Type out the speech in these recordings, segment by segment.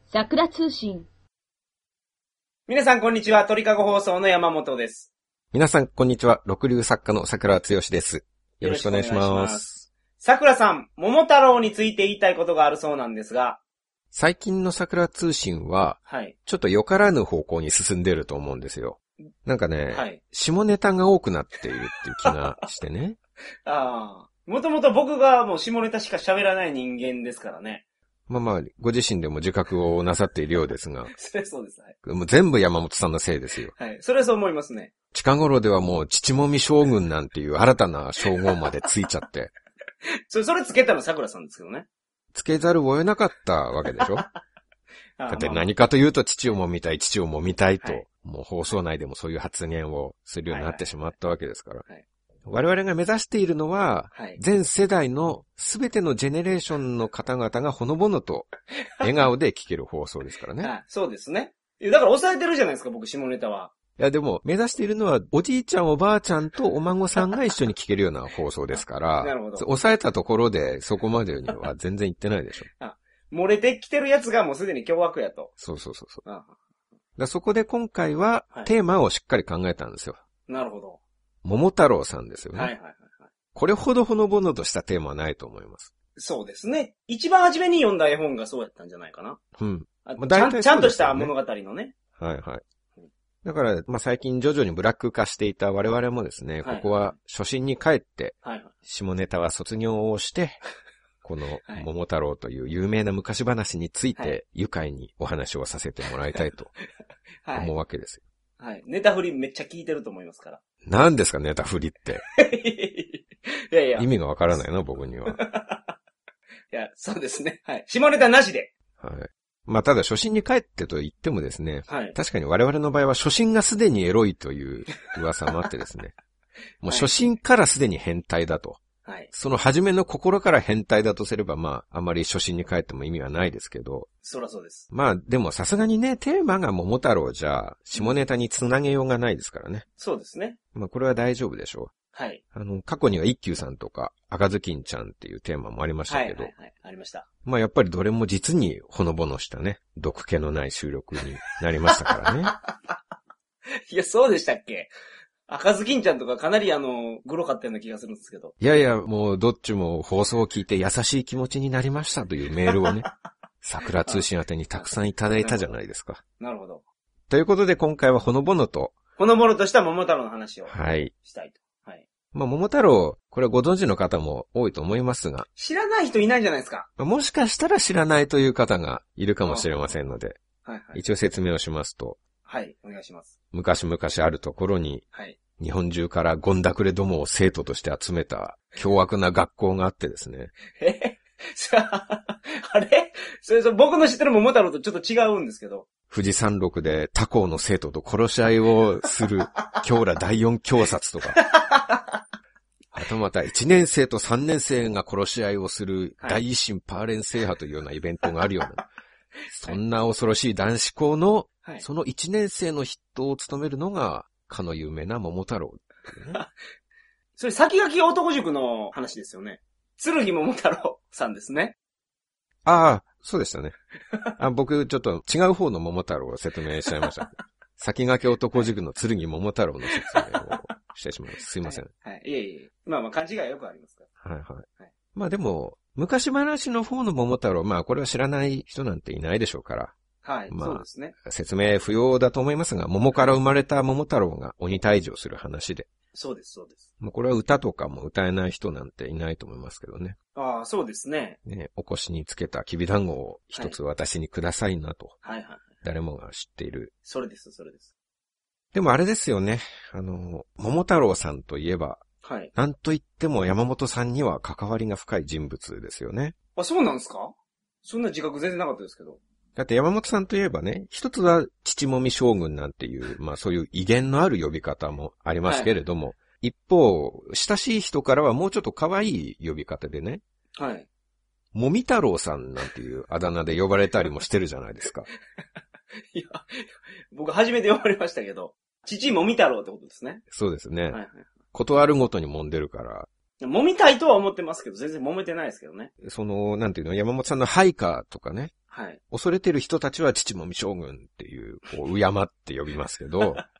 桜通信。 皆さんこんにちは。鳥かご放送の山本です。 皆さんこんにちは。六流作家の桜剛です。よろしくお願いします。 桜さん、桃太郎について言いたいことがあるそうなんですが。 最近の桜通信は、ちょっとよからぬ方向に進んでると思うんですよ。なんかね、下ネタが多くなっているっていう気がしてね。 もともと僕がもう下ネタしか喋らない人間ですからね。 まあ、ご自身でも自覚をなさっているようですが。 それそうです。 もう全部山本さんのせいですよ。 それはそう思いますね。 近頃ではもう父もみ将軍なんていう新たな称号までついちゃって。 それつけたの桜さんですけどね。 つけざるを得なかったわけでしょだって何かというと父をもみたいと、もう放送内でもそういう発言をするようになってしまったわけですから。我々が目指しているのは、全世代のすべてのジェネレーションの方々がほのぼのと笑顔で聞ける放送ですからね。 そうですね。だから抑えてるじゃないですか、僕下ネタは。 いやでも目指しているのはおじいちゃんおばあちゃんとお孫さんが一緒に聞けるような放送ですから、 なるほど。 抑えたところでそこまでには全然言ってないでしょ。 漏れてきてるやつがもうすでに凶悪やと。 そう。そこで今回はテーマをしっかり考えたんですよ。 なるほど。 桃太郎さんですよね。 はい。 これほどほのぼのとしたテーマはないと思います。 そうですね。一番初めに読んだ絵本がそうやったんじゃないかな。ちゃんとした物語のね。 はい。だから、最近徐々にブラック化していた我々もですね、ここは初心に帰って、下ネタは卒業をして、この桃太郎という有名な昔話について愉快にお話をさせてもらいたいと思うわけですよ。 ネタ振りめっちゃ聞いてると思いますから。 何ですかネタ振りって。 いや。 意味がわからないな、僕には。 いや、そうですね。下ネタなしで。 ただ初心に帰ってと言ってもですね、確かに我々の場合は初心がすでにエロいという噂もあってですね、もう初心からすでに変態だと。その初めの心から変態だとすれば、あまり初心に帰っても意味はないですけど。 そらそうです。 でもさすがにね、テーマが桃太郎じゃ、下ネタにつなげようがないですからね。 そうですね。 これは大丈夫でしょう。過去には一休さんとか赤ずきんちゃんっていうテーマもありましたけど。 ありました。 やっぱりどれも実にほのぼのしたね、毒気のない収録になりましたからね。 いや、そうでしたっけ？赤ずきんちゃんとかかなりグロかったような気がするんですけど。 いや、もうどっちも放送を聞いて優しい気持ちになりましたというメールをね、桜通信宛てにたくさんいただいたじゃないですか。 なるほど。 ということで今回はほのぼのとした桃太郎の話をしたいと。 桃太郎、これご存知の方も多いと思いますが。 知らない人いないんじゃないですか。 もしかしたら知らないという方がいるかもしれませんので。一応説明をしますと。 お願いします。 昔々あるところに、日本中からゴンダクレどもを生徒として集めた凶悪な学校があってですね。 あれそれ僕の知ってる桃太郎とちょっと違うんですけど。 富士山麓で他校の生徒と殺し合いをする強羅第四強殺とか。あとまた1年生と3年生が殺し合いをする大維新パーレン制覇というようなイベントがあるような。そんな恐ろしい男子校の、その1年生の筆頭を務めるのが、かの有名な桃太郎、ね。 それ先駆け男塾の話ですよね。剣桃太郎さんですね。 そうでしたね。僕ちょっと違う方の桃太郎を説明しちゃいました。先駆け男塾の剣桃太郎の説明をしてしまいます。すいません。 いえ。勘違いはよくありますから。 でも、昔話の方の桃太郎、これは知らない人なんていないでしょうから。 そうですね。 説明不要だと思いますが、桃から生まれた桃太郎が鬼退治をする話で。 そうです。 これは歌とかも歌えない人なんていないと思いますけどね。 そうですね。 お腰につけたきびだんごを一つ私にくださいなと。誰もが知っている。 それです。 でもあれですよね。桃太郎さんといえば、なんといっても山本さんには関わりが深い人物ですよね。 そうなんですか？そんな自覚全然なかったですけど。 だって山本さんといえばね、一つは父もみ将軍なんていう、そういう威厳のある呼び方もありますけれども、一方、親しい人からはもうちょっと可愛い呼び方でね。もみ太郎さんなんていうあだ名で呼ばれたりもしてるじゃないですか。 いや、僕初めて呼ばれましたけど、父もみ太郎ってことですね。 そうですね。ことあるごとに揉んでるから。 揉みたいとは思ってますけど、全然揉めてないですけどね。 なんていうの、山本さんの配下とかね。 はい。 恐れてる人たちは父もみ将軍っていう、こう、敬って呼びますけど、 はい。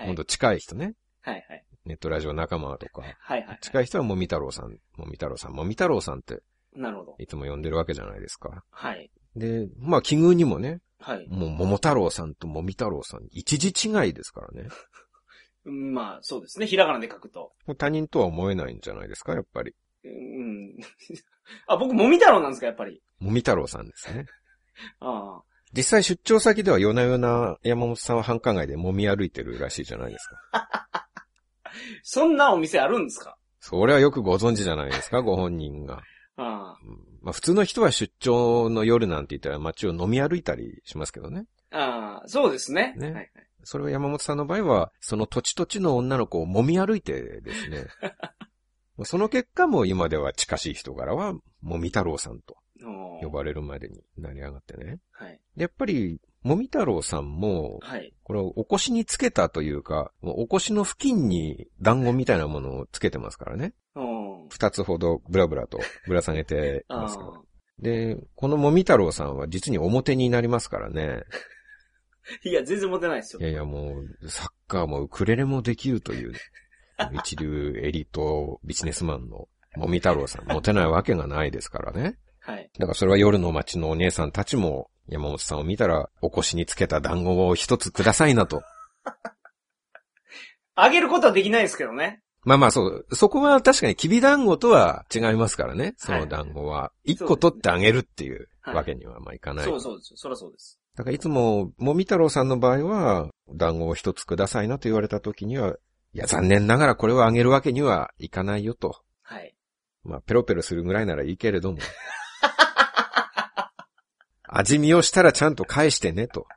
ほんと近い人ね。 はいはい。 ネットラジオ仲間とか、 はいはいはい。 近い人はもみ太郎さん、もみ太郎さん、もみ太郎さんってなるほど。 いつも呼んでるわけじゃないですか。 はい。 で、まあ、奇遇にもね、 はい。 もう桃太郎さんともみ太郎さん、一字違いですからね。 まあ、そうですね。ひらがなで書くと。 もう他人とは思えないんじゃないですか、やっぱり。 うん。あ、僕、もみ太郎なんですか、やっぱり。 もみ太郎さんですね。 ああ。 実際出張先では夜な夜な山本さんは繁華街で揉み歩いてるらしいじゃないですか。 そんなお店あるんですか？ それはよくご存知じゃないですか、ご本人が。 あまあ普通の人は出張の夜なんて言ったら街を飲み歩いたりしますけどね。 あ。ああ、そうですね。 ね。 はいはい。 それは山本さんの場合は、その土地土地の女の子を揉み歩いてですね。その結果も今では近しい人柄は、もみ太郎さんと呼ばれるまでになり上がってね。 はい。 やっぱり、もみ太郎さんも、 はい。 これをお腰につけたというか、お腰の付近に団子みたいなものをつけてますからね。二つほどブラブラとぶら下げていますから。で、このもみ太郎さんは実に表になりますからね。 いや、全然モテないですよ。 いやいや、もう、サッカーもウクレレもできるという、一流エリートビジネスマンのもみ太郎さん、モテないわけがないですからね。 はい。 だからそれは夜の街のお姉さんたちも山本さんを見たら、お腰につけた団子を一つくださいなと。 あげることはできないですけどね。 まあまあそう、そこは確かにきび団子とは違いますからね、その団子は。一個取ってあげるっていうわけにはまあいかない。 そうそうです。そりゃそうです。 だからいつも、もみ太郎さんの場合は、団子を一つくださいなと言われた時には、いや残念ながらこれをあげるわけにはいかないよと。 はい。まあペロペロするぐらいならいいけれども。味見をしたらちゃんと返してねと。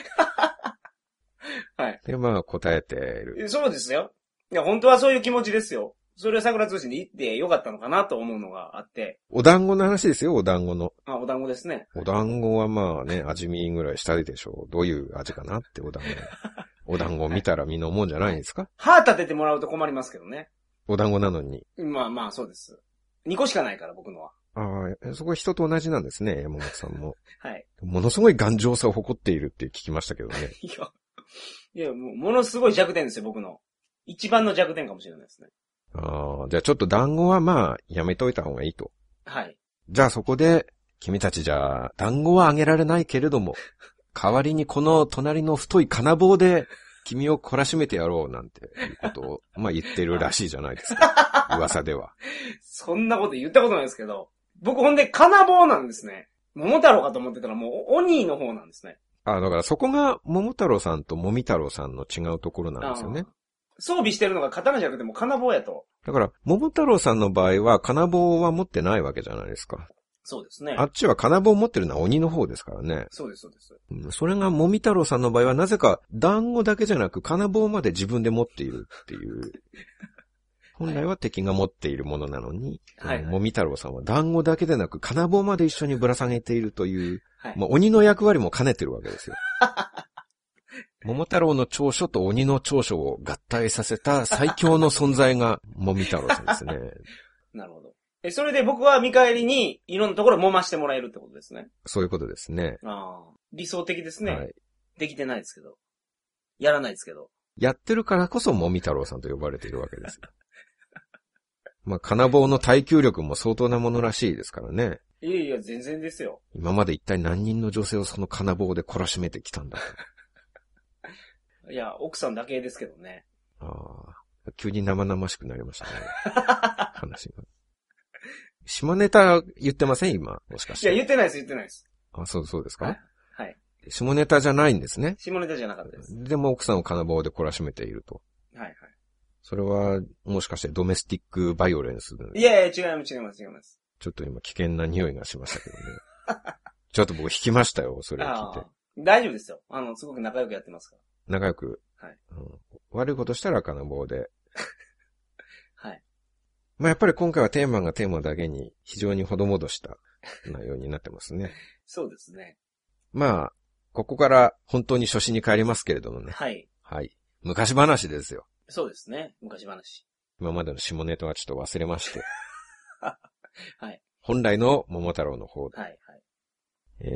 はい。 で、まあ答えている。 そうですよ。いや、本当はそういう気持ちですよ。それは桜通信で言ってよかったのかなと思うのがあって。 お団子の話ですよ、お団子の。 あ、お団子ですね。 お団子はまあね、味見ぐらいしたいでしょう。どういう味かなってお団子。お団子を見たらみんな思うんじゃないですか？ 歯立ててもらうと困りますけどね。 お団子なのに。 まあまあ、そうです。2個しかないから、僕のは。 ああ、そこは人と同じなんですね、山本さんも。 はい。 ものすごい頑丈さを誇っているって聞きましたけどね。 いや、ものすごい弱点ですよ、僕の。一番の弱点かもしれないですね。 ああ、じゃあちょっと団子はまあ、やめといた方がいいと。 はい。 じゃあそこで、君たちじゃあ、団子はあげられないけれども、代わりにこの隣の太い金棒で、君を懲らしめてやろうなんていうことを、まあ言ってるらしいじゃないですか。噂では。 そんなこと言ったことないですけど、僕ほんで金棒なんですね。桃太郎かと思ってたらもう鬼の方なんですね。 だからそこが桃太郎さんともみ太郎さんの違うところなんですよね。 装備してるのが刀じゃなくても金棒やと。 だから、桃太郎さんの場合は金棒は持ってないわけじゃないですか。 そうですね。 あっちは金棒を持ってるのは鬼の方ですからね。 そうです、そうです。 それがもみ太郎さんの場合はなぜか団子だけじゃなく金棒まで自分で持っているっていう。本来は敵が持っているものなのに、もみ太郎さんは団子だけでなく金棒まで一緒にぶら下げているという、まあ、鬼の役割も兼ねてるわけですよ。桃太郎の長所と鬼の長所を合体させた最強の存在がもみ太郎さんですね。 なるほど。それで僕は見返りにいろんなところ揉ましてもらえるってことですね。 そういうことですね。 理想的ですね。 はい。 できてないですけど。やらないですけど。 やってるからこそもみ太郎さんと呼ばれているわけですよ。まあ、金棒の耐久力も相当なものらしいですからね。 いやいや、全然ですよ。 今まで一体何人の女性をその金棒で懲らしめてきたんだいや、奥さんだけですけどね。 急に生々しくなりましたね。話が。下ネタ言ってません今、もしかして。 いや、言ってないです、言ってないです。 そうですか？ はい。 下ネタじゃないんですね。 下ネタじゃなかったです。 でも奥さんを金棒で懲らしめていると。 はいはい。 それは、もしかしてドメスティックバイオレンス。 いやいや、違います。 ちょっと今危険な匂いがしましたけどね。ちょっと僕引きましたよ、それを聞いて。 大丈夫ですよ。すごく仲良くやってますから。 仲良く。 はい。 悪いことしたら金棒で。 はい。 まあやっぱり今回はテーマがテーマだけに非常にほどもどした内容になってますね。 そうですね。 まあ、ここから本当に初心に帰りますけれどもね。 はい。 はい。昔話ですよ。 そうですね。昔話。 今までの下ネタはちょっと忘れまして。 はい。 本来の桃太郎の方で。 はいはい。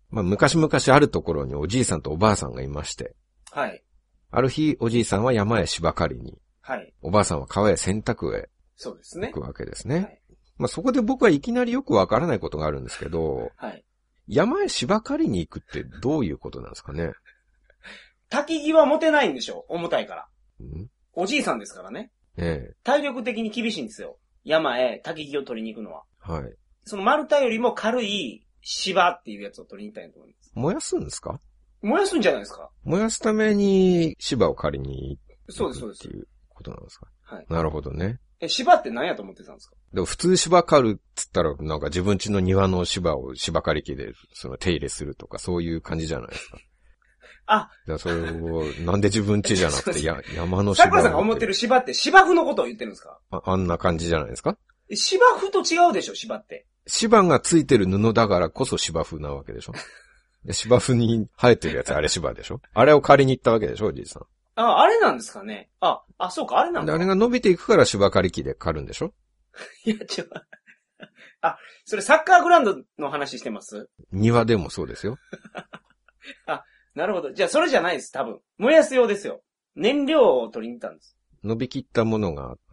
まあ昔々あるところにおじいさんとおばあさんがいまして、 はい。 ある日おじいさんは山へ芝刈りに、 はい。 おばあさんは川へ洗濯へそうですね。 行くわけですね。 はい。 まあそこで僕はいきなりよくわからないことがあるんですけど、 はい。 山へ芝刈りに行くってどういうことなんですかね。 焚き木は持てないんでしょ、重たいから。 うんおじいさんですからね。 ええ。 体力的に厳しいんですよ。山へ焚き木を取りに行くのは。 はい。 その丸太よりも軽い芝っていうやつを取りに行ったんやと思います。 燃やすんですか？ 燃やすんじゃないですか？ 燃やすために芝を借りにそうです、そうです。 行くっていうことなんですか？ はい。 なるほどね。 芝って何やと思ってたんですか？ でも普通芝刈るっつったらなんか自分家の庭の芝を芝刈り機でその手入れするとかそういう感じじゃないですか。 あ、 じゃあそれをなんで自分家じゃなくて山の芝を。 桜さんが思ってる芝って芝生のことを言ってるんですか？ あんな感じじゃないですか？ 芝生と違うでしょ、芝って。 芝がついてる布だからこそ芝生なわけでしょ。で芝生に生えてるやつあれ芝でしょ。あれを借りに行ったわけでしょ、おじいさん。 あれなんですかね。そうか、あれなんだ。 であれが伸びていくから芝刈り機で刈るんでしょ。 いや、違う。それサッカーグラウンドの話してます？ 庭でもそうですよ。 なるほど。じゃあそれじゃないです、多分。燃やす用ですよ。燃料を取りに行ったんです。 伸びきったものがあって、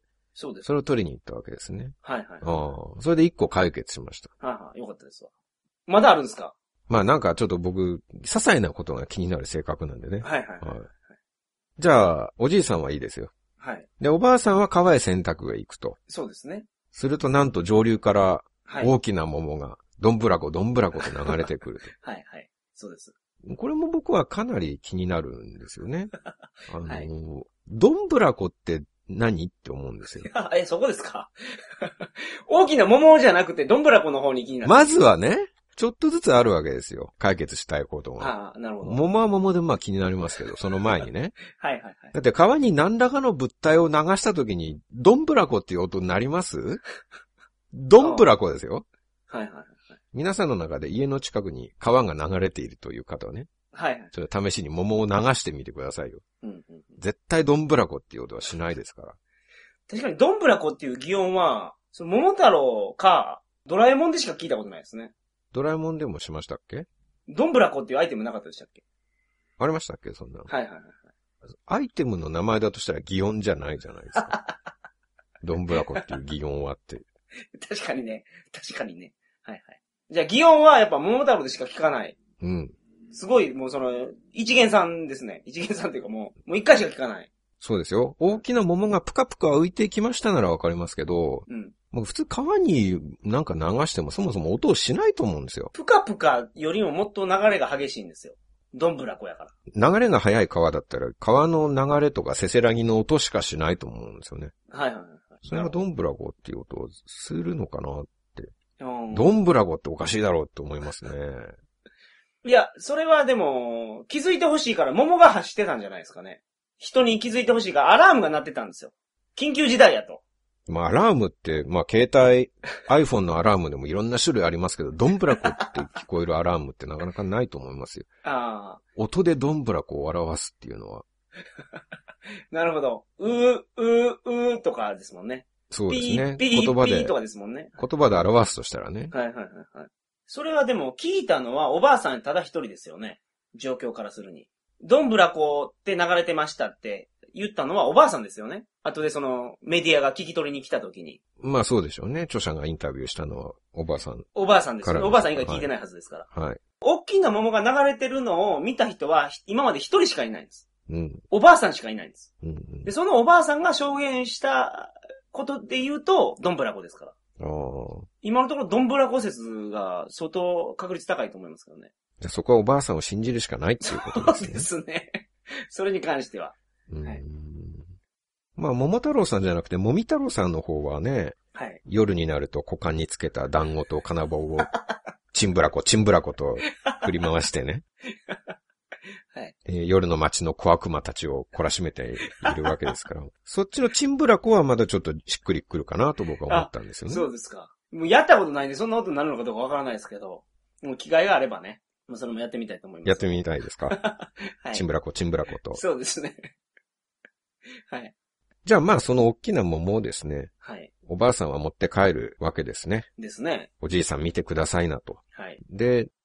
そうです。 それを取りに行ったわけですね。 はいはい。 それで一個解決しました。 よかったですわ。まだあるんですか？ まあなんかちょっと僕、些細なことが気になる性格なんでね。 はいはい。 じゃあ、おじいさんはいいですよ。 はい。 で、おばあさんは川へ洗濯へ行くと。 そうですね。 するとなんと上流からはい。 大きな桃がどんぶらこどんぶらこと流れてくると。 はいはい。そうです。 これも僕はかなり気になるんですよね。 はいどんぶらこって何って思うんですよ。 そこですか？大きな桃じゃなくてどんぶらこの方に気になる。 まずはね、ちょっとずつあるわけですよ。解決したいことが。 なるほど。 桃は桃でまあ気になりますけど、その前にね。 はいはいはい。 だって川に何らかの物体を流した時に、どんぶらこっていう音になります？どんぶらこですよ。 はいはいはい。 皆さんの中で家の近くに川が流れているという方はね。 はいはい。 ちょっと試しに桃を流してみてくださいよ。絶対どんぶらこっていう音はしないですから。 確かにどんぶらこっていう擬音は、その桃太郎か、ドラえもんでしか聞いたことないですね。 ドラえもんでもしましたっけ？ どんぶらこっていうアイテムなかったでしたっけ？ ありましたっけそんなの。 はいはいはい。 アイテムの名前だとしたら擬音じゃないじゃないですか。どんぶらこっていう擬音はって。 確かにね。はいはい。じゃあ擬音はやっぱ桃太郎でしか聞かない。 うん。 すごい、もうその、一元さんですね。一元さんっていうかもう一回しか聞かない。 そうですよ。大きな桃がぷかぷか浮いてきましたならわかりますけど、もう普通川になんか流してもそもそも音をしないと思うんですよ。 ぷかぷかよりももっと流れが激しいんですよ。どんぶらこやから。 流れが速い川だったら、川の流れとかせせらぎの音しかしないと思うんですよね。 はいはいはい。 それがどんぶらこっていう音をするのかなって。 どんぶらこっておかしいだろうって思いますね。 いや、それはでも、気づいてほしいから桃が走ってたんじゃないですかね。人に気づいてほしいからアラームが鳴ってたんですよ。緊急事態やと。 まあ、アラームって、まあ、携帯、iPhone のアラームでもいろんな種類ありますけど、どんぶらこって聞こえるアラームってなかなかないと思いますよ。音でどんぶらこを表すっていうのは。 なるほど。うとかですもんね。 そうですね。 ピーとかですもんね。 言葉で表すとしたらね。 はいはいはいはい。それはでも聞いたのはおばあさんただ一人ですよね。状況からするに。どんぶらこって流れてましたって言ったのはおばあさんですよね。後でそのメディアが聞き取りに来た時に。 まあそうでしょうね。著者がインタビューしたのはおばあさん。 おばあさんですよね。おばあさん以外聞いてないはずですから。 はい。 大きな桃が流れてるのを見た人は今まで一人しかいないんです。 うん。 おばあさんしかいないんです。 うんうん、 で、そのおばあさんが証言したことで言うと、どんぶらこですから。今のところどんぶらこ説が相当確率高いと思いますけどね。 じゃあそこはおばあさんを信じるしかないっていうことですね。 そうですね。それに関しては。 はい、まあ、桃太郎さんじゃなくて、もみ太郎さんの方はね、 はい、 夜になると股間につけた団子と金棒を、チンブラコと振り回してね。はい、夜の街の小悪魔たちを懲らしめているわけですから。そっちのチンブラコはまだちょっとしっくりくるかなと僕は思ったんですよね。 そうですか。もうやったことないんでそんなことになるのかどうかわからないですけど、もう機会があればね、もうそれもやってみたいと思います。 やってみたいですか？はい、チンブラコと。 そうですね。はい。 じゃあまあその大きな桃をですね。 はい。 おばあさんは持って帰るわけですね。 ですね。 おじいさん見てくださいなと。 はい。 で、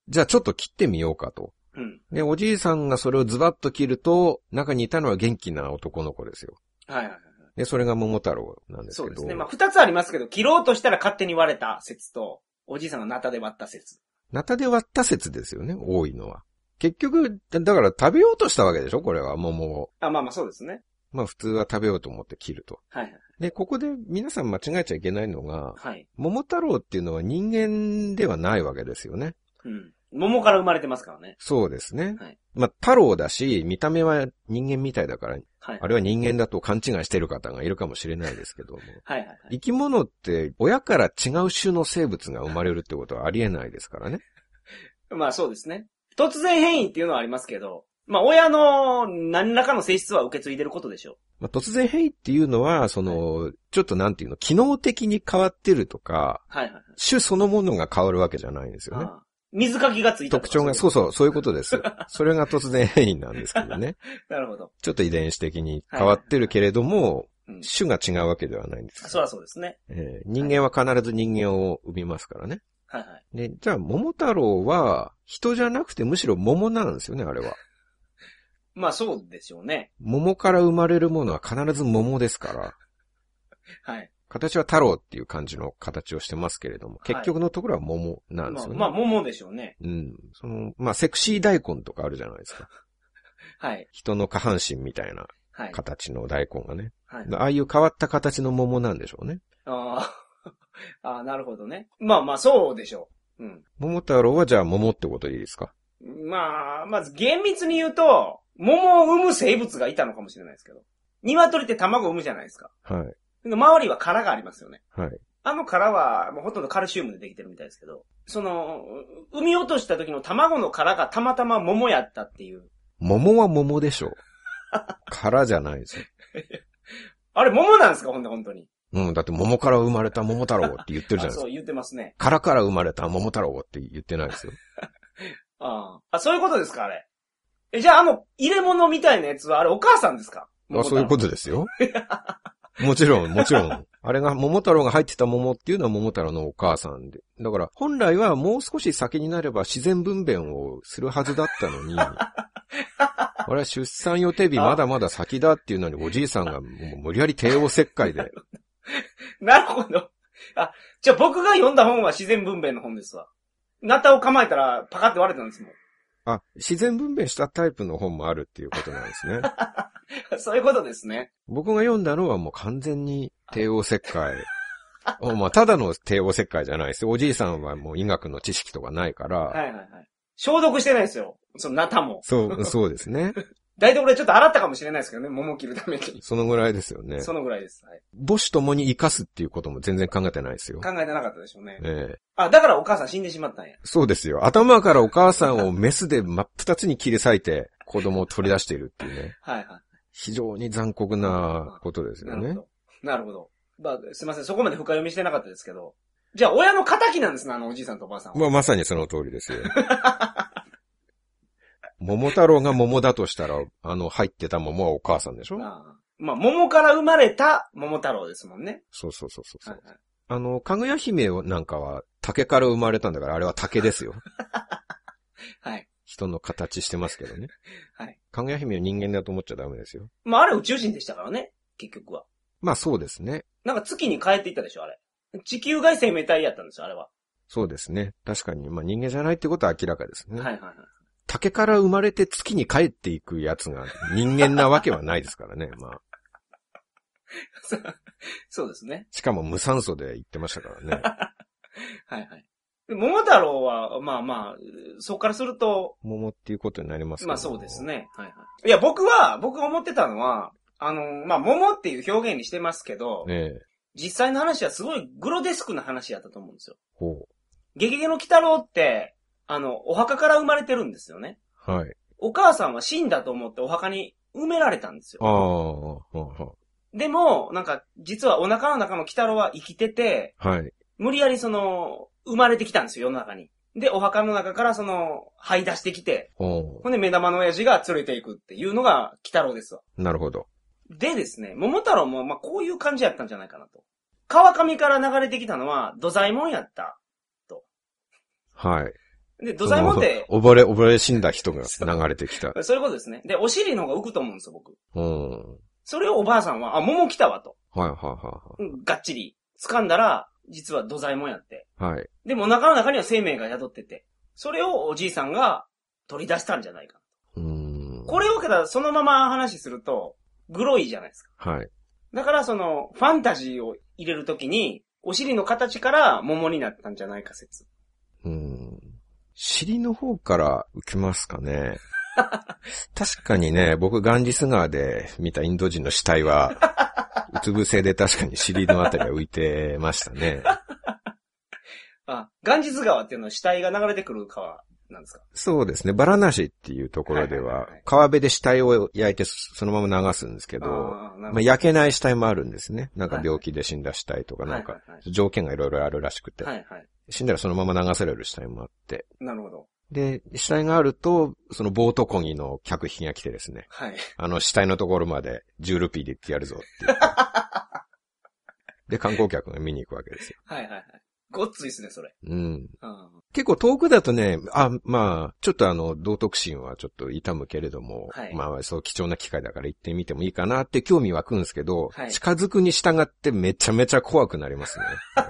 じゃあちょっと切ってみようかと。 うん。 で、おじいさんがそれをズバッと切ると、中にいたのは元気な男の子ですよ。 はいはいはい。 で、それが桃太郎なんですけど。 そうですね。まあ、二つありますけど、切ろうとしたら勝手に割れた説と、おじいさんがナタで割った説。 ナタで割った説ですよね、多いのは。結局、だから食べようとしたわけでしょこれは、桃を。 あ、まあまあそうですね。 まあ普通は食べようと思って切ると。 はいはい。 で、ここで皆さん間違えちゃいけないのが、 はい。 桃太郎っていうのは人間ではないわけですよね。 うん。桃から生まれてますからね。 そうですね。 はい。 まあ太郎だし、見た目は人間みたいだから、 はい。 あれは人間だと勘違いしてる方がいるかもしれないですけども。 はいはいはい。 生き物って親から違う種の生物が生まれるってことはありえないですからね。 まあそうですね。突然変異っていうのはありますけど、まあ親の何らかの性質は受け継いでることでしょまあ、突然変異っていうのは、ちょっとなんていうの、機能的に変わってるとか、 はいはいはい。 種そのものが変わるわけじゃないんですよね。 ああ、水かきがついたとか。 特徴が、そういうことです。それが突然変異なんですけどね。 なるほど。 ちょっと遺伝子的に変わってるけれども、 うん、 種が違うわけではないんです。 そりゃそうですね。 人間は必ず人間を生みますからね。 はいはい。 で、じゃあ、桃太郎は人じゃなくてむしろ桃なんですよね、あれは。 まあそうでしょうね。 桃から生まれるものは必ず桃ですから。 はい。 形は太郎っていう感じの形をしてますけれども、結局のところは桃なんですよね。 まあ桃でしょうね。 うん。まあセクシー大根とかあるじゃないですか。 はい。 人の下半身みたいな形の大根がね。はい。ああいう変わった形の桃なんでしょうね。 ああ、なるほどね。まあまあそうでしょう。うん。 桃太郎はじゃあ桃ってことでいいですか？ まあ、まず厳密に言うと、桃を産む生物がいたのかもしれないですけど。鶏って卵を産むじゃないですか。 はい。 周りは殻がありますよね。 はい。 あの殻はもうほとんどカルシウムでできてるみたいですけど、産み落とした時の卵の殻がたまたま桃やったっていう。 桃は桃でしょう。殻じゃないですよ。 あれ桃なんですか本当に。 うん、だって桃から生まれた桃太郎って言ってるじゃないですか。 そう言ってますね。 殻から生まれた桃太郎って言ってないですよ。 そういうことですかあれ。じゃあ入れ物みたいなやつはあれお母さんですか？ そういうことですよ。もちろん。あれが、桃太郎が入ってた桃っていうのは桃太郎のお母さんで。だから、本来はもう少し先になれば自然分娩をするはずだったのに、あれは出産予定日まだまだ先だっていうのにおじいさんがもう無理やり帝王切開で。 なるほど。じゃあ僕が読んだ本は自然分娩の本ですわ。ナタを構えたらパカって割れたんですもん。 自然分娩したタイプの本もあるっていうことなんですね。 そういうことですね。 僕が読んだのはもう完全に帝王切開。まあ、ただの帝王切開じゃないですよ。おじいさんはもう医学の知識とかないから。 はいはいはい。消毒してないですよ。そのナタも。 そうですね。 台所でちょっと洗ったかもしれないですけどね、桃切るために。 そのぐらいですよね。 そのぐらいです。はい。 母子ともに生かすっていうことも全然考えてないですよ。 考えてなかったでしょうね。 だからお母さん死んでしまったんや。 そうですよ。頭からお母さんをメスで真っ二つに切り裂いて子供を取り出しているっていうね。 はいはい。 非常に残酷なことですよね。 なるほど。すいません、そこまで深読みしてなかったですけど。じゃあ親の仇なんですね、おじいさんとおばあさんは。 まさにその通りですよ。桃太郎が桃だとしたら、入ってた桃はお母さんでしょ？ 桃から生まれた桃太郎ですもんね。 そう。はいはい、かぐや姫なんかは竹から生まれたんだからあれは竹ですよ。 はい。 人の形してますけどね。 はい。 かぐや姫を人間だと思っちゃダメですよ。 あれ宇宙人でしたからね、結局は。 そうですね。 なんか月に帰っていったでしょ、あれ。地球外生命体やったんですよ、あれは。 そうですね。確かに、人間じゃないってことは明らかですね。 はいはいはい。 竹から生まれて月に帰っていくやつが人間なわけはないですからね、 そうですね。 しかも無酸素で言ってましたからね。 はいはい。桃太郎は、そこからすると。 桃っていうことになりますけど。 そうですね。はいはい。いや、僕が思ってたのは、桃っていう表現にしてますけど、実際の話はすごいグロデスクな話やったと思うんですよ。ゲゲゲの鬼太郎って、お墓から生まれてるんですよね。 はい。 お母さんは死んだと思ってお墓に埋められたんですよ。でも、実はお腹の中の鬼太郎は生きてて、 はい。 無理やり生まれてきたんですよ、世の中に。で、お墓の中から這い出してきて、ほんで目玉の親父が連れていくっていうのが鬼太郎ですわ。 なるほど。 でですね、桃太郎もこういう感じやったんじゃないかなと。川上から流れてきたのは土左衛門やった。と。 はい。 で、土左衛門って、 溺れ死んだ人が流れてきた。 そういうことですね。で、お尻の方が浮くと思うんですよ、僕。 うん。 それをおばあさんは、桃来たわと。 はいはいはがっちり掴んだら、実は土左衛門やって。 いはい。はい。 でもお腹の中には生命が宿ってて、それをおじいさんが取り出したんじゃないか。これをけど、そのまま話すると、グロいじゃないですか。 はい。 だからファンタジーを入れるときに、お尻の形から桃になったんじゃないか説。 尻の方から浮きますかね。確かにね、僕ガンジス川で見たインド人の死体は、うつ伏せで確かに尻のあたりは浮いてましたね。 ガンジス川っていうのは死体が流れてくる川なんですか？ そうですね。バラナシっていうところでは、川辺で死体を焼いてそのまま流すんですけど、焼けない死体もあるんですね。なんか病気で死んだ死体とかなんか、条件がいろいろあるらしくて、死んだらそのまま流される死体もあって。 なるほど。 で、死体があると、そのボート漕ぎの客引きが来てですね、死体のところまで10ルピーで行ってやるぞって言って。で、観光客が見に行くわけですよ。 ごっついですね、それ。 結構遠くだとね、まあ、ちょっと道徳心はちょっと痛むけれども、まあ、そう貴重な機会だから行ってみてもいいかなって興味湧くんですけど、近づくに従ってめちゃめちゃ怖くなりますね。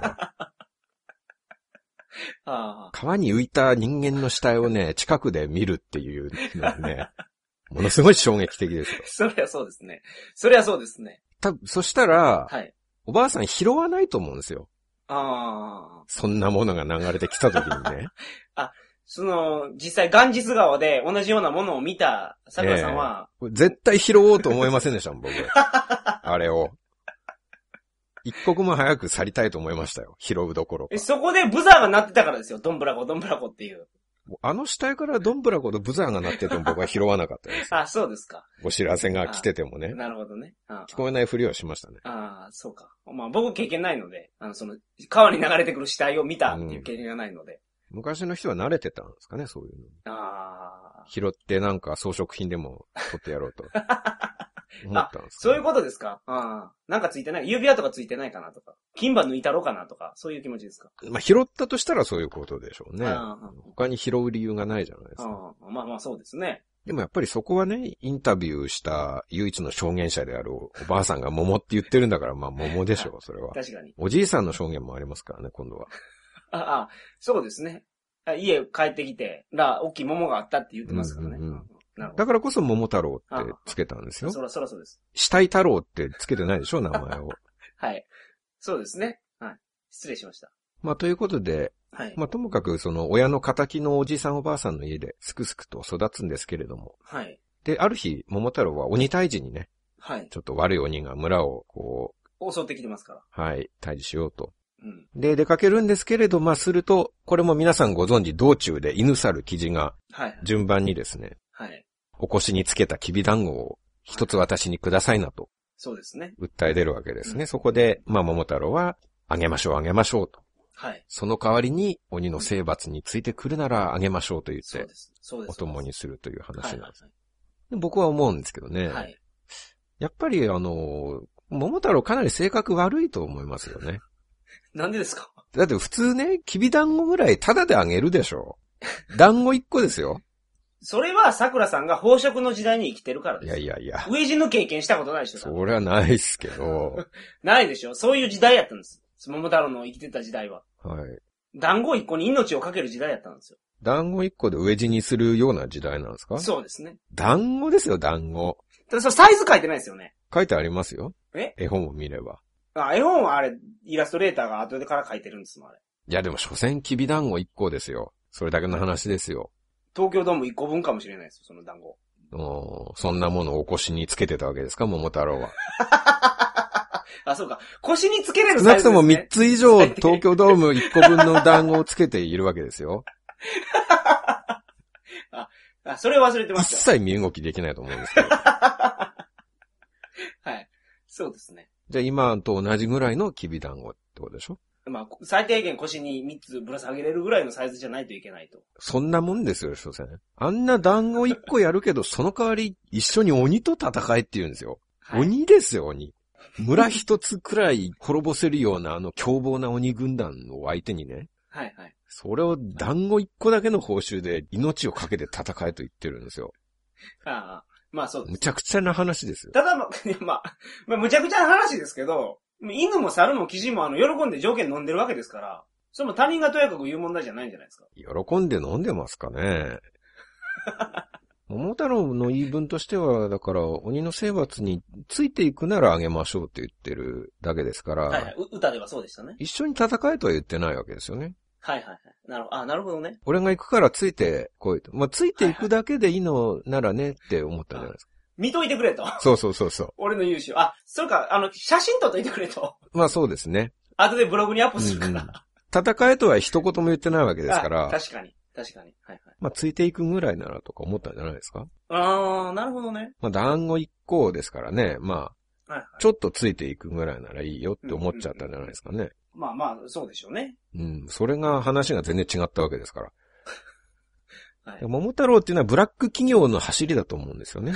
川に浮いた人間の死体をね、近くで見るっていうのはね、ものすごい衝撃的ですよ。 そりゃそうですね。そりゃそうですね。 そしたら、おばあさん拾わないと思うんですよ。そんなものが流れてきた時にね。 実際ガンジス川で同じようなものを見た桜さんは、 絶対拾おうと思いませんでしたもん、僕。あれを。一刻も早く去りたいと思いましたよ。拾うどころか。 そこでブザーが鳴ってたからですよ。ドンブラコ、ドンブラコっていう。 死体からドンブラコとブザーが鳴ってても僕は拾わなかったです。 そうですか。 お知らせが来ててもね。 なるほどね。 聞こえないふりをしましたね。 そうか。まあ僕経験ないので、川に流れてくる死体を見たっていう経験がないので。 昔の人は慣れてたんですかね、そういうの。拾ってなんか装飾品でも取ってやろうと。思ったんですか、 そういうことですか？なんかついてない？指輪とかついてないかなとか。金歯抜いたろうかなとか、そういう気持ちですか？ まあ、拾ったとしたらそういうことでしょうね。他に拾う理由がないじゃないですか。 まあまあそうですね。 でもやっぱりそこはね、インタビューした唯一の証言者であるおばあさんが桃って言ってるんだから、まあ桃でしょう、それは。 確かに。 おじいさんの証言もありますからね、今度は。 そうですね。家帰ってきて、大きい桃があったって言ってますからね。 だからこそ桃太郎ってつけたんですよ。 そらそうです。 死体太郎ってつけてないでしょ、名前を。 そうですね。失礼しました。 まあということで、まあともかくその親の仇のおじいさんおばあさんの家ですくすくと育つんですけれども。で、ある日、桃太郎は鬼退治にね、ちょっと悪い鬼が村を襲ってきてますから。退治しようと。で、出かけるんですけれど、まあすると、これも皆さんご存知、道中で犬猿キジが、順番にですね、お腰につけたきび団子を一つ私にくださいなと。 そうですね。 訴え出るわけですね。そこで、まあ桃太郎は、あげましょうと。その代わりに鬼の征伐についてくるならあげましょうと言って、お供にするという話なんです。僕は思うんですけどね。やっぱり桃太郎かなり性格悪いと思いますよね。 なんでですか？ だって普通ね、きび団子ぐらいタダであげるでしょ。団子1個ですよ。 それは桜さんが飽食の時代に生きてるからです。 いや。 飢え死の経験したことないでしょ。 それはないっすけど。 ないでしょ。そういう時代やったんです。桃太郎の生きてた時代は。団子1個に命をかける時代やったんですよ。 団子1個で飢え死にするような時代なんですか？ そうですね。 団子ですよ、団子。 ただそれサイズ書いてないですよね。 書いてありますよ。絵本を見れば。 絵本はあれ、イラストレーターが後でから書いてるんですもん、あれ。 いやでも、所詮きび団子1個ですよ。それだけの話ですよ。 東京ドーム1個分かもしれないですよ、その団子。 そんなものをお腰につけてたわけですか、桃太郎は。 そうか。腰につけれるサイズですね。 少なくとも3つ以上東京ドーム1個分の団子をつけているわけですよ。 それ忘れてました。 一切身動きできないと思うんですけど。 そうですね。 じゃあ今と同じぐらいのきび団子ってことでしょ？ まあ、最低限腰に3つぶら下げれるぐらいのサイズじゃないといけないと。 そんなもんですよ、所詮。あんな団子1個やるけど、その代わり一緒に鬼と戦えって言うんですよ。鬼ですよ、鬼。村一つくらい滅ぼせるような凶暴な鬼軍団を相手にね。 はいはい。 それを団子1個だけの報酬で命をかけて戦えと言ってるんですよ。 ああ、まあそうです、ね。 むちゃくちゃな話ですよ。 ただまあ、むちゃくちゃな話ですけど、犬も猿もキジも喜んで条件飲んでるわけですから、それも他人がとやかく言う問題じゃないんじゃないですか。 喜んで飲んでますかね。桃太郎の言い分としては、だから鬼の征伐についていくならあげましょうって言ってるだけですから、 はいはい。歌ではそうでしたね。 一緒に戦えとは言ってないわけですよね。 はいはいはい。なるほどね。 俺が行くからついてこいと。まあ、ついていくだけでいいのならねって思ったんじゃないですか。 見といてくれと。 そうそうそうそう。 俺の優秀。それか、写真撮っといてくれと。 まあそうですね。 後でブログにアップするから。 戦えとは一言も言ってないわけですから。 確かに。はいはい。 まあついていくぐらいならとか思ったんじゃないですか。 なるほどね。 まあ団子一個ですからね。まあ、はいはい、ちょっとついていくぐらいならいいよって思っちゃったんじゃないですかね。 まあ、そうでしょうね。 うん。それが話が全然違ったわけですから。 はい、 桃太郎っていうのはブラック企業の走りだと思うんですよね。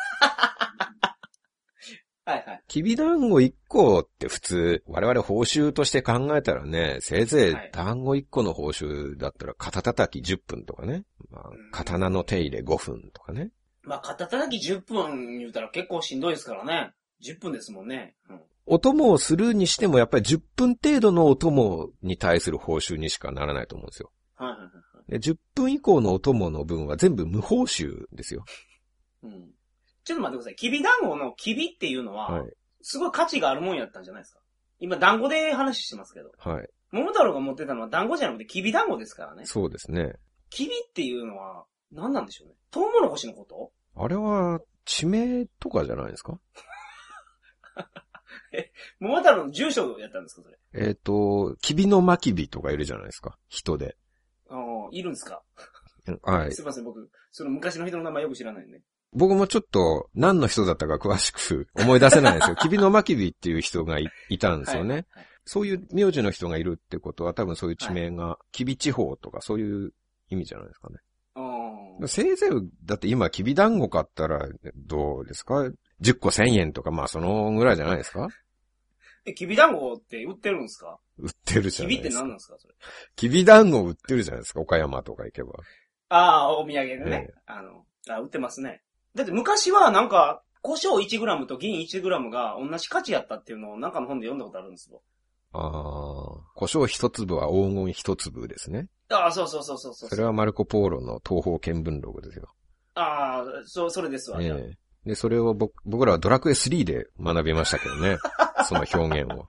はいはい。 きびだんご1個って普通、我々報酬として考えたらね、せいぜい団子1個の報酬だったら肩叩き10分とかね。まあ、刀の手入れ5分とかね。 まあ、肩叩き10分言うたら結構しんどいですからね。10分ですもんね。うん、 お供をするにしてもやっぱり10分程度のお供に対する報酬にしかならないと思うんですよ。 はいはいはい。 で10分以降のお供の分は全部無報酬ですよ。 うん。ちょっと待ってください。きび団子のきびっていうのは、はい、すごい価値があるもんやったんじゃないですか。今団子で話してますけど。 はい。 桃太郎が持ってたのは団子じゃなくてきび団子ですからね。 そうですね。 きびっていうのは何なんでしょうね。トウモロコシのこと？ あれは地名とかじゃないですか？ 桃太郎の住所やったんですかそれ？ きびのまきびとかいるじゃないですか。人で。 いるんですか？ はい。 すいません、僕、その昔の人の名前よく知らないんで。 僕もちょっと何の人だったか詳しく思い出せないんですよ。きびのまきびっていう人が いたんですよね、はいはい。そういう名字の人がいるってことは多分そういう地名が、きび地方とかそういう意味じゃないですかね。せいぜい、だって今きび団子買ったらどうですか ?10 個1000円とかまあそのぐらいじゃないですか？ きび団子って売ってるんですか？ 売ってるじゃないですか。 きびって何なんですかそれ？ きび団子売ってるじゃないですか。岡山とか行けば。 お土産でね。売ってますね。だって昔はなんか、胡椒 1g と銀 1g が同じ価値やったっていうのをなんかの本で読んだことあるんですよ。 胡椒一粒は黄金一粒ですね。 そう。 それはマルコポーロの東方見聞録ですよ。 それですわ。 で、それを僕らはドラクエ3で学びましたけどね。その表現を。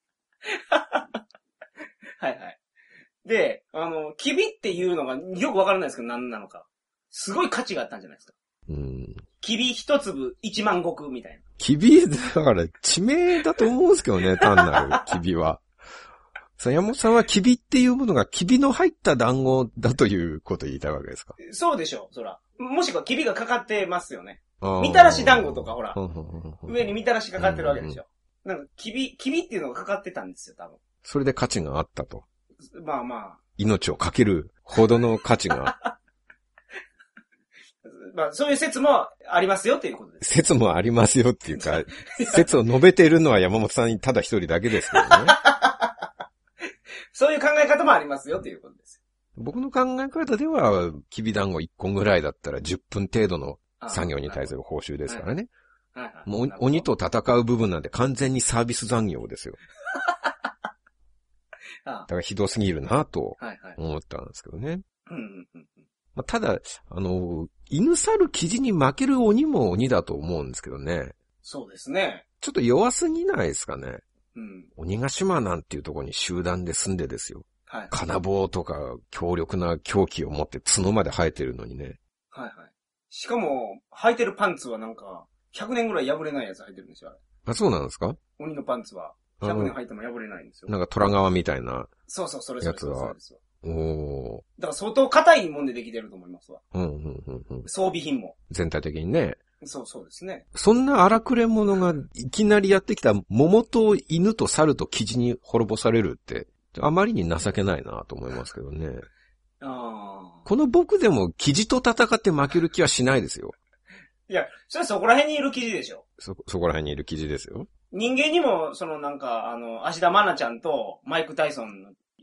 はいはい。で、キビっていうのがよくわからないですけど何なのか。すごい価値があったんじゃないですか。キビ一粒1万石みたいな。 キビ、だから地名だと思うんですけどね、単なるキビは。山本さんはキビっていうものがキビの入った団子だということを言いたいわけですか？ そうでしょう、そら。もしくはキビがかかってますよね。みたらし団子とかほら。上にみたらしかかってるわけでしょ。なんかキビっていうのがかかってたんですよ、多分。 それで価値があったと。 まあ。 命をかけるほどの価値が。 まあ、そういう説もありますよっていうことです。 説もありますよっていうか、説を述べているのは山本さんにただ一人だけですけどね。 そういう考え方もありますよっていうことです。 僕の考え方では、きび団子1個ぐらいだったら10分程度の作業に対する報酬ですからね。もう鬼と戦う部分なんて完全にサービス残業ですよ。だからひどすぎるなと思ったんですけどね。まあ、ただ、犬猿キジに負ける鬼も鬼だと思うんですけどね。 そうですね。 ちょっと弱すぎないですかね。 鬼ヶ島なんていうところに集団で住んでですよ。金棒とか強力な凶器を持って角まで生えてるのにね。 しかも、履いてるパンツはなんか、100年ぐらい破れないやつ履いてるんですよ。 そうなんですか？ 鬼のパンツは、100年履いても破れないんですよ。 なんか虎革みたいな。 そう、それやつは。 だから相当硬いもんでできてると思いますわ。装備品も。 全体的にね。 そうですね。 そんな荒くれ者がいきなりやってきた桃と犬と猿とキジに滅ぼされるって、あまりに情けないなと思いますけどね。この僕でもキジと戦って負ける気はしないですよ。 いや、それはそこら辺にいるキジでしょ。 そこら辺にいるキジですよ。 人間にも、芦田愛菜ちゃんとマイク・タイソン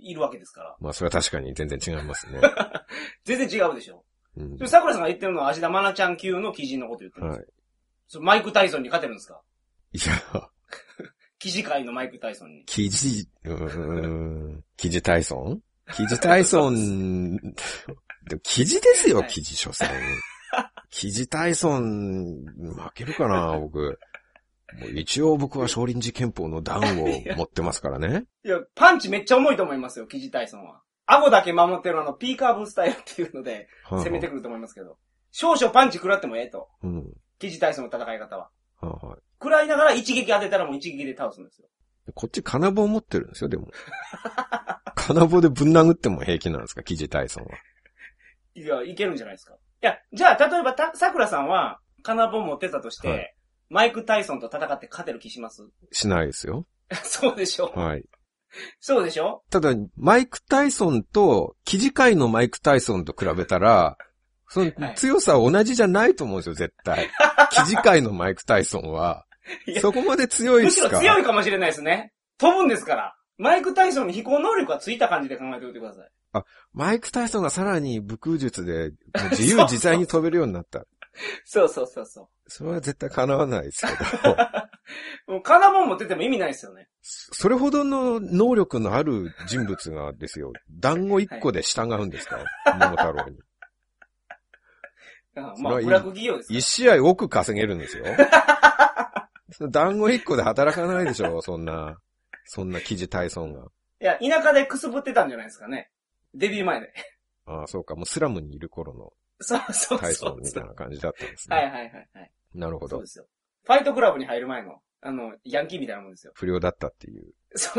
いるわけですから。 まあ、それは確かに全然違いますね。 全然違うでしょ。 うん。 桜さんが言ってるのは芦田愛菜ちゃん級の鬼人のこと言ってるんですよ。はい。マイク・タイソンに勝てるんですか？ いや、 記事界のマイク・タイソンに。 記事タイソン記事タイソン、でも記事ですよ、記事所詮。記事タイソン、負けるかな、僕。もう一応僕は少林寺拳法の段を持ってますからね。 いや、パンチめっちゃ重いと思いますよ、記事タイソンは。顎だけ守ってるピーカーブスタイルっていうので、攻めてくると思いますけど。少々パンチ食らってもええと。うん。記事タイソンの戦い方は。はい。食らいながら一撃当てたらもう一撃で倒すんですよ。 こっち金棒持ってるんですよ、でも。金棒でぶん殴っても平気なんですか、記事タイソンは。 いや、いけるんじゃないですか。いや、じゃあ、例えば桜さんは金棒持ってたとして、はい、マイク・タイソンと戦って勝てる気します？ しないですよ。 そうでしょ？ はい。 そうでしょ？ ただ、マイク・タイソンと、記事界のマイク・タイソンと比べたら、その強さは同じじゃないと思うんですよ、絶対。記事界のマイク・タイソンは、そこまで強いですか？ むしろ強いかもしれないですね。飛ぶんですから。マイク・タイソンに飛行能力がついた感じで考えておいてください。 あ、マイク・タイソンがさらに武空術で自由自在に飛べるようになった。 そうそうそうそう。 それは絶対叶わないですけど。 もう金棒持ってても意味ないですよね。 それほどの能力のある人物がですよ、団子一個で従うんですか、はい、桃太郎に。 まあ、ブラック企業ですから。 一試合億稼げるんですよ。団子一個で働かないでしょ、そんな記事タイソンが。 いや、田舎でくすぶってたんじゃないですかね。デビュー前で。 ああ、そうか。もうスラムにいる頃の。 そう。 タイソンみたいな感じだったんですね。 はいはいはい。 なるほど。 そうですよ。ファイトクラブに入る前の、ヤンキーみたいなもんですよ。 不良だったっていう。 そう。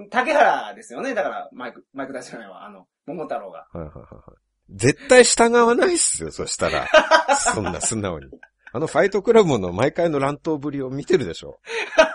竹原ですよね。だから、マイク出してないわ。桃太郎が。 はい。絶対従わないっすよ、そしたら。そんな素直に。ファイトクラブの毎回の乱闘ぶりを見てるでしょ。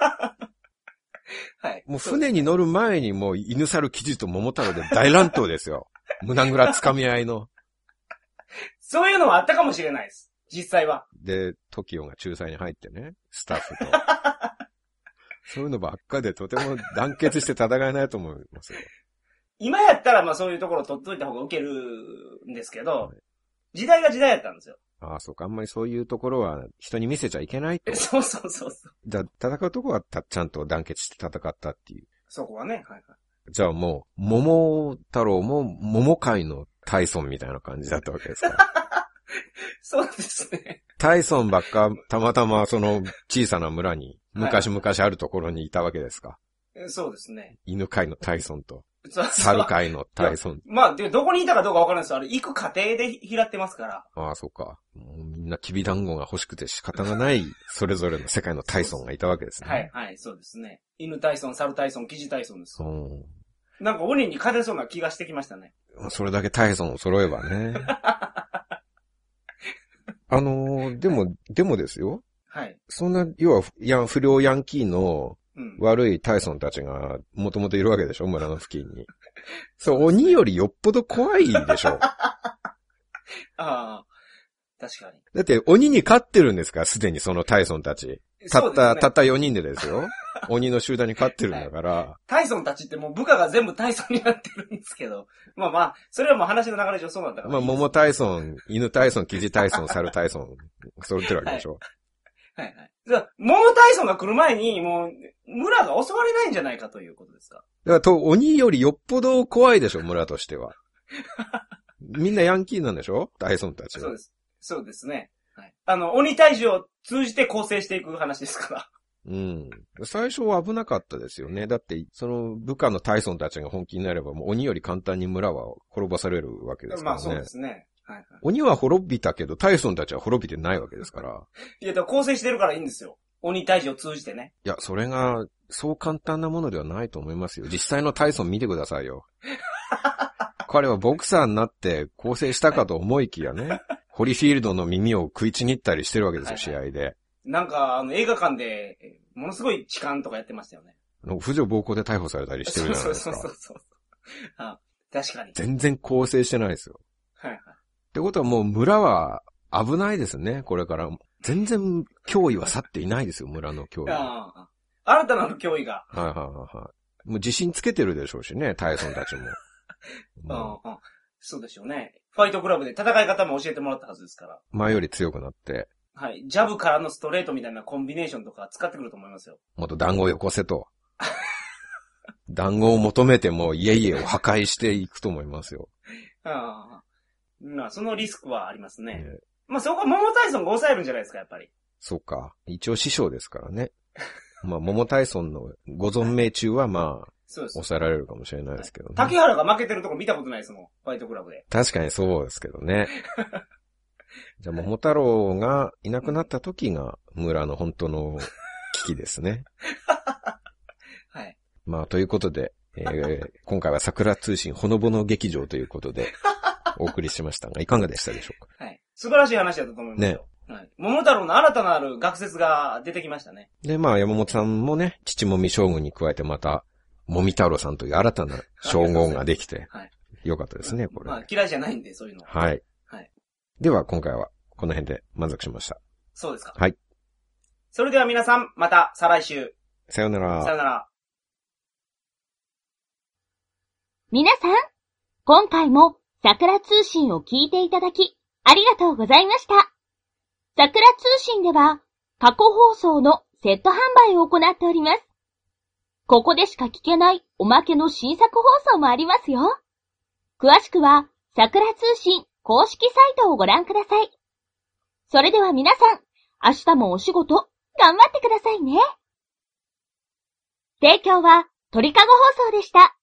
はい。もう船に乗る前にもう犬猿記事と桃太郎で大乱闘ですよ。胸ぐらつかみ合いの。 そういうのはあったかもしれないです。実際は。 で、TOKIOが仲裁に入ってね、スタッフと。そういうのばっかでとても団結して戦えないと思いますよ。 今やったらまあそういうところ取っといた方が受けるんですけど、はい、時代が時代やったんですよ。 ああ、そうか。あんまりそういうところは人に見せちゃいけないと。 そう。 じゃあ、戦うとこはちゃんと団結して戦ったっていう。 そこはね。はい。 じゃあもう、桃太郎も桃界のタイソンみたいな感じだったわけですか。 そうですね。 タイソンばっか、たまたまその小さな村に、昔々あるところにいたわけですか。 そうですね。 犬界のタイソンと、猿界のタイソン。 まあ、で、どこにいたかどうかわからないですよ。行く過程で拾ってますから。 ああ、そうか。もうみんなきびだんごが欲しくて仕方がない、それぞれの世界のタイソンがいたわけですね。 はい、そうですね。犬タイソン、猿タイソン、キジタイソンです。なんか鬼に勝てそうな気がしてきましたね。 それだけタイソンを揃えばね。でもですよ。 はい。 そんな、要は、不良ヤンキーの悪いタイソンたちがもともといるわけでしょ、村の付近に。そう、鬼よりよっぽど怖いでしょ。 ああ、確かに。 だって鬼に勝ってるんですから、すでにそのタイソンたち。たった4人でですよ。鬼の集団に勝ってるんだから、はい。 タイソンたちってもう部下が全部タイソンになってるんですけど。まあ、それはもう話の流れ上そうなんだから。 まあ、桃タイソン、犬タイソン、キジタイソン、猿タイソン、揃ってるわけでしょ。 はい。じゃあ、桃タイソンが来る前に、もう、村が襲われないんじゃないかということですか。 だから鬼よりよっぽど怖いでしょ、村としては。みんなヤンキーなんでしょ、タイソンたちは。 そうですね。はい。鬼退治を通じて構成していく話ですから。 うん。最初は危なかったですよね。だって、その部下のタイソンたちが本気になれば、もう鬼より簡単に村は滅ぼされるわけですからね。まあそうですね。はい。 鬼は滅びたけど、タイソンたちは滅びてないわけですから。 いや、だから構成してるからいいんですよ。鬼退治を通じてね。 いや、それが、そう簡単なものではないと思いますよ。実際のタイソン見てくださいよ。彼はボクサーになって構成したかと思いきやね。ホリフィールドの耳を食いちぎったりしてるわけですよ、試合で。 なんか、映画館で、ものすごい痴漢とかやってましたよね。 婦女暴行で逮捕されたりしてるじゃないですか。 そう。あ、確かに。 全然構成してないですよ。 はい。 ってことはもう村は危ないですね、これから。全然脅威は去っていないですよ、村の脅威。 新たなる脅威が。 はい。 もう自信つけてるでしょうしね、タイソンたちも。 うん、そうでしょうね。ファイトクラブで戦い方も教えてもらったはずですから。 前より強くなって。 はい。ジャブからのストレートみたいなコンビネーションとか使ってくると思いますよ。 もっと団子をよこせと。団子を求めても家々を破壊していくと思いますよ。 ああ。そのリスクはありますね。まあそこは桃タイソンが抑えるんじゃないですか、やっぱり。 そうか。一応師匠ですからね。まあ桃タイソンのご存命中はまあ、そうです。抑えられるかもしれないですけどね。 竹原が負けてるとこ見たことないですもん、ファイトクラブで。 確かにそうですけどね。じゃあ桃太郎がいなくなった時が村の本当の危機ですね。 はい。 まあということで、今回は桜通信ほのぼの劇場ということでお送りしましたが、いかがでしたでしょうか。 はい。素晴らしい話だったと思いますよ。ね。はい。桃太郎の新たなる学説が出てきましたね。 で、まあ山本さんもね、父もみ将軍に加えてまた、もみ太郎さんという新たな称号ができて、はい。よかったですね、これ。 まあ嫌いじゃないんで、そういうの。 はい。はい。では今回はこの辺で満足しました。 そうですか。 はい。 それでは皆さん、また再来週。 さよなら。 さよなら。 皆さん、今回も桜通信を聞いていただき、ありがとうございました。桜通信では、過去放送のセット販売を行っております。ここでしか聞けないおまけの新作放送もありますよ。詳しくは、桜通信公式サイトをご覧ください。それでは皆さん、明日もお仕事、頑張ってくださいね。提供は鳥かご放送でした。